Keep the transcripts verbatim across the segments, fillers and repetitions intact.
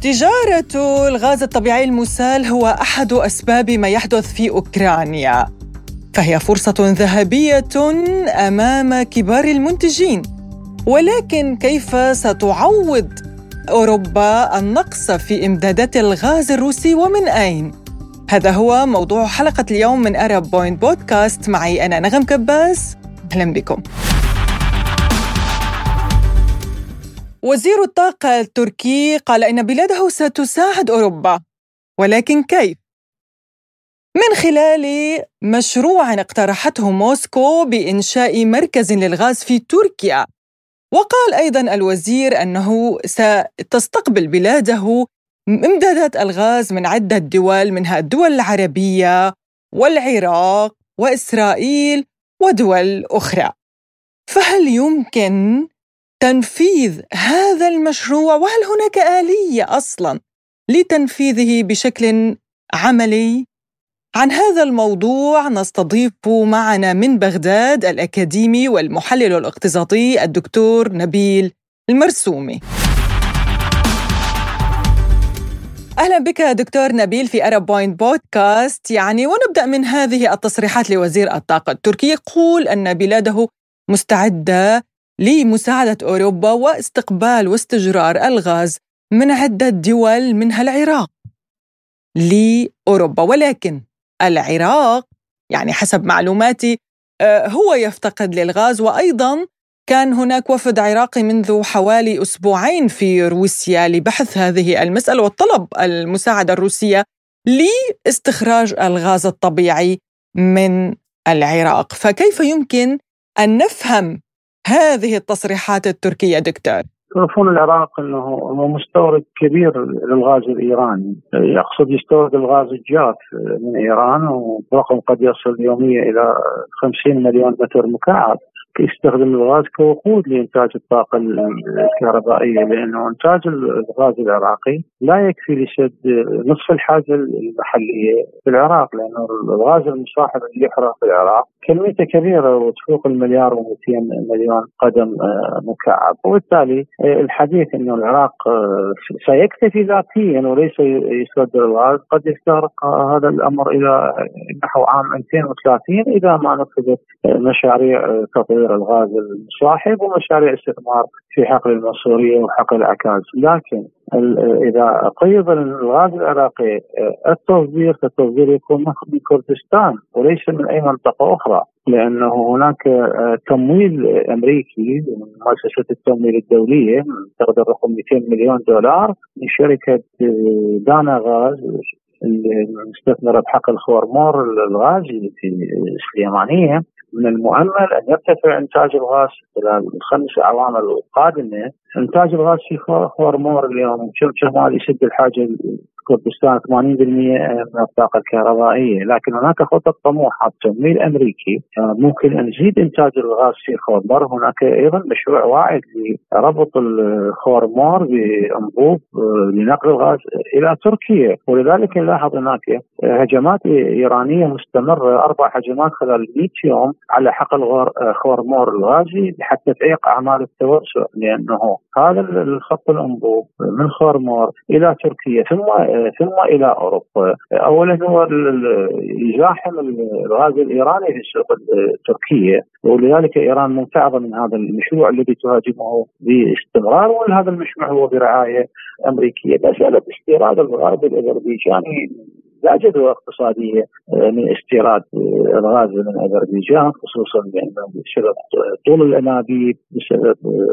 تجارة الغاز الطبيعي المسال هو أحد أسباب ما يحدث في أوكرانيا، فهي فرصة ذهبية أمام كبار المنتجين. ولكن كيف ستعوض أوروبا النقص في إمدادات الغاز الروسي ومن أين؟ هذا هو موضوع حلقة اليوم من أرب بوينت بودكاست، معي أنا نغم كباس. أهلا بكم. وزير الطاقة التركي قال إن بلاده ستساعد أوروبا، ولكن كيف؟ من خلال مشروع اقترحته موسكو بإنشاء مركز للغاز في تركيا. وقال أيضاً الوزير أنه ستستقبل بلاده إمدادات الغاز من عدة دول، منها الدول العربية والعراق وإسرائيل ودول أخرى. فهل يمكن تنفيذ هذا المشروع؟ وهل هناك آلية أصلاً لتنفيذه بشكل عملي؟ عن هذا الموضوع نستضيف معنا من بغداد الأكاديمي والمحلل الاقتصادي الدكتور نبيل المرسومي. أهلا بك دكتور نبيل في أرب بوينت بودكاست. يعني ونبدأ من هذه التصريحات لوزير الطاقة التركي، يقول أن بلاده مستعدة لمساعدة أوروبا واستقبال واستجرار الغاز من عدة دول منها العراق لأوروبا. ولكن العراق يعني حسب معلوماتي هو يفتقد للغاز، وأيضا كان هناك وفد عراقي منذ حوالي أسبوعين في روسيا لبحث هذه المسألة وطلب المساعدة الروسية لاستخراج الغاز الطبيعي من العراق. فكيف يمكن أن نفهم هذه التصريحات التركية دكتور؟ تعرفون العراق أنه هو مستورد كبير للغاز الإيراني، يقصد يستورد الغاز الجاف من إيران، ورقم قد يصل يوميا إلى خمسين مليون متر مكعب. يستخدم الغاز كوقود لإنتاج الطاقة الكهربائية، لأنه إنتاج الغاز العراقي لا يكفي لسد نصف الحاجة المحلية في العراق، لأنه الغاز المصاحب اللي يحرق في العراق كميته كبيرة وتفوق المليار ومئتين مليون قدم مكعب. وبالتالي الحديث أنه العراق سيكتفي ذاتيا وليس يصدر الغاز قد يستغرق هذا الأمر إلى نحو عام ألفين وثلاثين إذا ما نفذت مشاريع تطوير الغاز المصاحب ومشاريع استثمار في حقل المنصورية وحقل عكاز. لكن إذا قيد الغاز العراقي التصدير فالتصدير يكون من كردستان وليس من أي منطقة أخرى، لأنه هناك تمويل أمريكي من مؤسسة التمويل الدولية تقدر رقم مئتين مليون دولار من شركة دانا غاز المستثمرة بحقل خورمور الغاز في السليمانية. من المؤمل أن يرتفع إنتاج الغاز خلال الخمس أعوام القادمة. إنتاج الغاز في خورمور اليوم شمال يسد الحاجة كردستان ثمانين بالمئة من الطاقة الكهربائية، لكن هناك خطط طموحة تمويل أمريكي ممكن أن نزيد إنتاج الغاز في خورمور. هناك أيضا مشروع واعد لربط الخورمور بأنبوب لنقل الغاز إلى تركيا، ولذلك نلاحظ هناك هجمات إيرانية مستمرة، أربع هجمات خلال مئة يوم على حقل خورمور الغازي حتى تعيق أعمال التوسع، لأنه هذا الخط الأنبوب من خورمور إلى تركيا ثم ثم إلى أوروبا. أولا هو يزاحم الغاز الإيراني في السوق التركية، ولذلك إيران منتعبة من هذا المشروع الذي تهاجمه باستمرار، وهذا المشروع هو برعاية أمريكية. مسألة استيراد الغاز الأذربيجاني لا جدوى اقتصادية من استيراد الغاز من أذربيجان، خصوصا بسبب طول الأنابيب، بسبب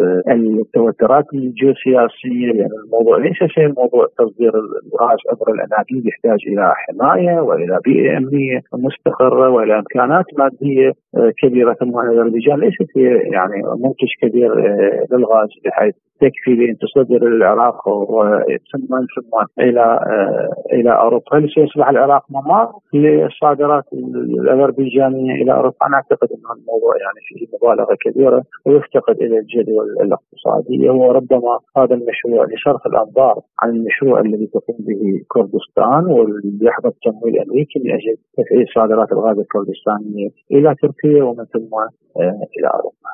التوترات الجيوسياسية، لأن الموضوع ليس شيء موضوع تصدير الغاز عبر الأنابيب، يحتاج إلى حماية وإلى بيئة أمنية مستقرة وإلى إمكانات مادية كبيرة. ثم أذربيجان ليست يعني منتج كبير للغاز بحيث تكفي لأن تصدر العراق وثم ثم إلى إلى أوروبا. هل سيصبح العراق ممر للصادرات الأذربيجانية إلى أوروبا؟ أنا أعتقد أن الموضوع يعني فيه مبالغة كبيرة ويفتقد إلى الجدوى الاقتصادية، وربما هذا المشروع لصرف الأنظار عن المشروع الذي تقوم به كردستان واللي يحظى تمويل أمريكي من أجل تفعيل صادرات الغاز الكردستانية إلى تركيا ومن ثم إلى أوروبا.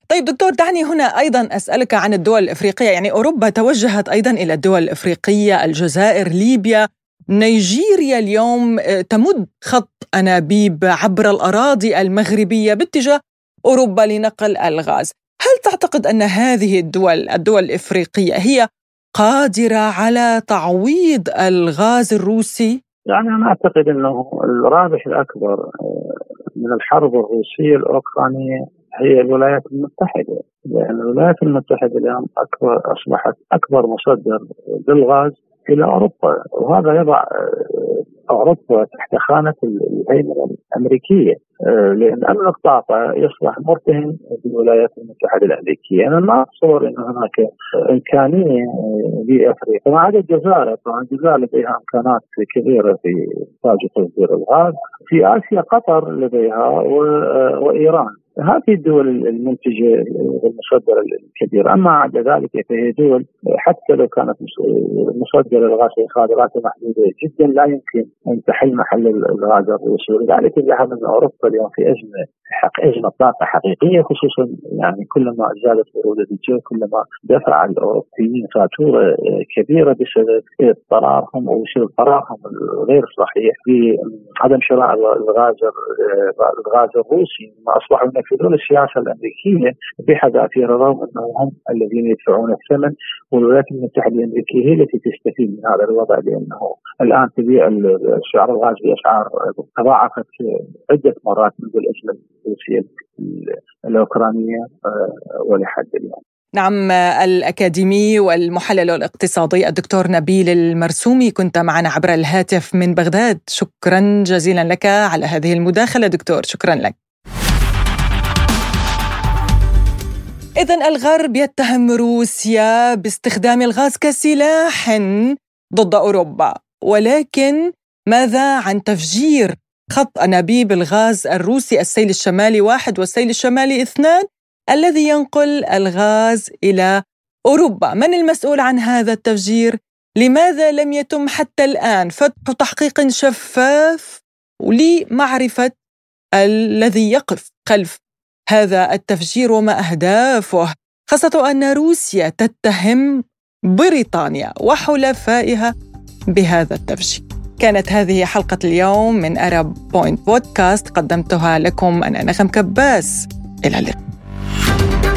طيب دكتور، دعني هنا أيضا أسألك عن الدول الإفريقية. يعني أوروبا توجهت أيضا إلى الدول الإفريقية، الجزائر، ليبيا، نيجيريا اليوم تمد خط أنابيب عبر الأراضي المغربية باتجاه أوروبا لنقل الغاز. هل تعتقد أن هذه الدول الدول الإفريقية هي قادرة على تعويض الغاز الروسي؟ يعني أنا أعتقد أنه الرابح الأكبر من الحرب الروسية الأوكرانية هي الولايات المتحدة، لأن الولايات المتحدة اليوم أكبر أصبحت أكبر مصدر للغاز إلى أوروبا، وهذا يضع أوروبا تحت خانة الهيمنة الأمريكية، لأن أمن الطاقة يصبح مرتهن بالولايات المتحدة الأمريكية. أنا ما أتصور أن هناك إمكانية لأفريقيا ما عدا الجزائر. طبعا الجزائر لديها إمكانات كبيرة في إنتاج وتصدير الغاز، في آسيا قطر لديها وإيران، هذه الدول المنتجة والمصدرة الكبيرة. أما عدا ذلك فهي دول حتى لو كانت مصدرة للغاز قادراتها محدودة جدا لا يمكن أن تحل محل الغاز الروسي، ولذلك لاحظ أن أوروبا اليوم في أزمة حق أزمة طاقة حقيقية، خصوصا يعني كلما زادت برودة الجو كلما دفع الأوروبيين فاتورة كبيرة بسبب اضطرارهم أو بسبب قرارهم الغير صحيح بعدم شراء الغاز الغاز الروسي، ما أصبحوا ينفذون السياسة الأمريكية بحذافير رغم أنهم هم الذين يدفعون الثمن، والولايات المتحدة الأمريكية هي التي تستفيد من هذا الوضع، لأنه الآن تبيع سعر الغاز بأسعار تضاعفت عدة مرات منذ الأزمة الروسية الأوكرانية ولحد اليوم. نعم، الأكاديمي والمحلل الاقتصادي الدكتور نبيل المرسومي كنت معنا عبر الهاتف من بغداد. شكرا جزيلا لك على هذه المداخلة دكتور، شكرا لك. إذن الغرب يتهم روسيا باستخدام الغاز كسلاح ضد أوروبا، ولكن ماذا عن تفجير خط أنابيب الغاز الروسي السيل الشمالي واحد والسيل الشمالي اثنان الذي ينقل الغاز إلى أوروبا؟ من المسؤول عن هذا التفجير؟ لماذا لم يتم حتى الآن فتح تحقيق شفاف لمعرفة الذي يقف خلف هذا التفجير وما أهدافه، خاصة أن روسيا تتهم بريطانيا وحلفائها بهذا التفجير؟ كانت هذه حلقة اليوم من أرب بوينت بودكاست، قدمتها لكم أنا نغم كباس. إلى اللقاء.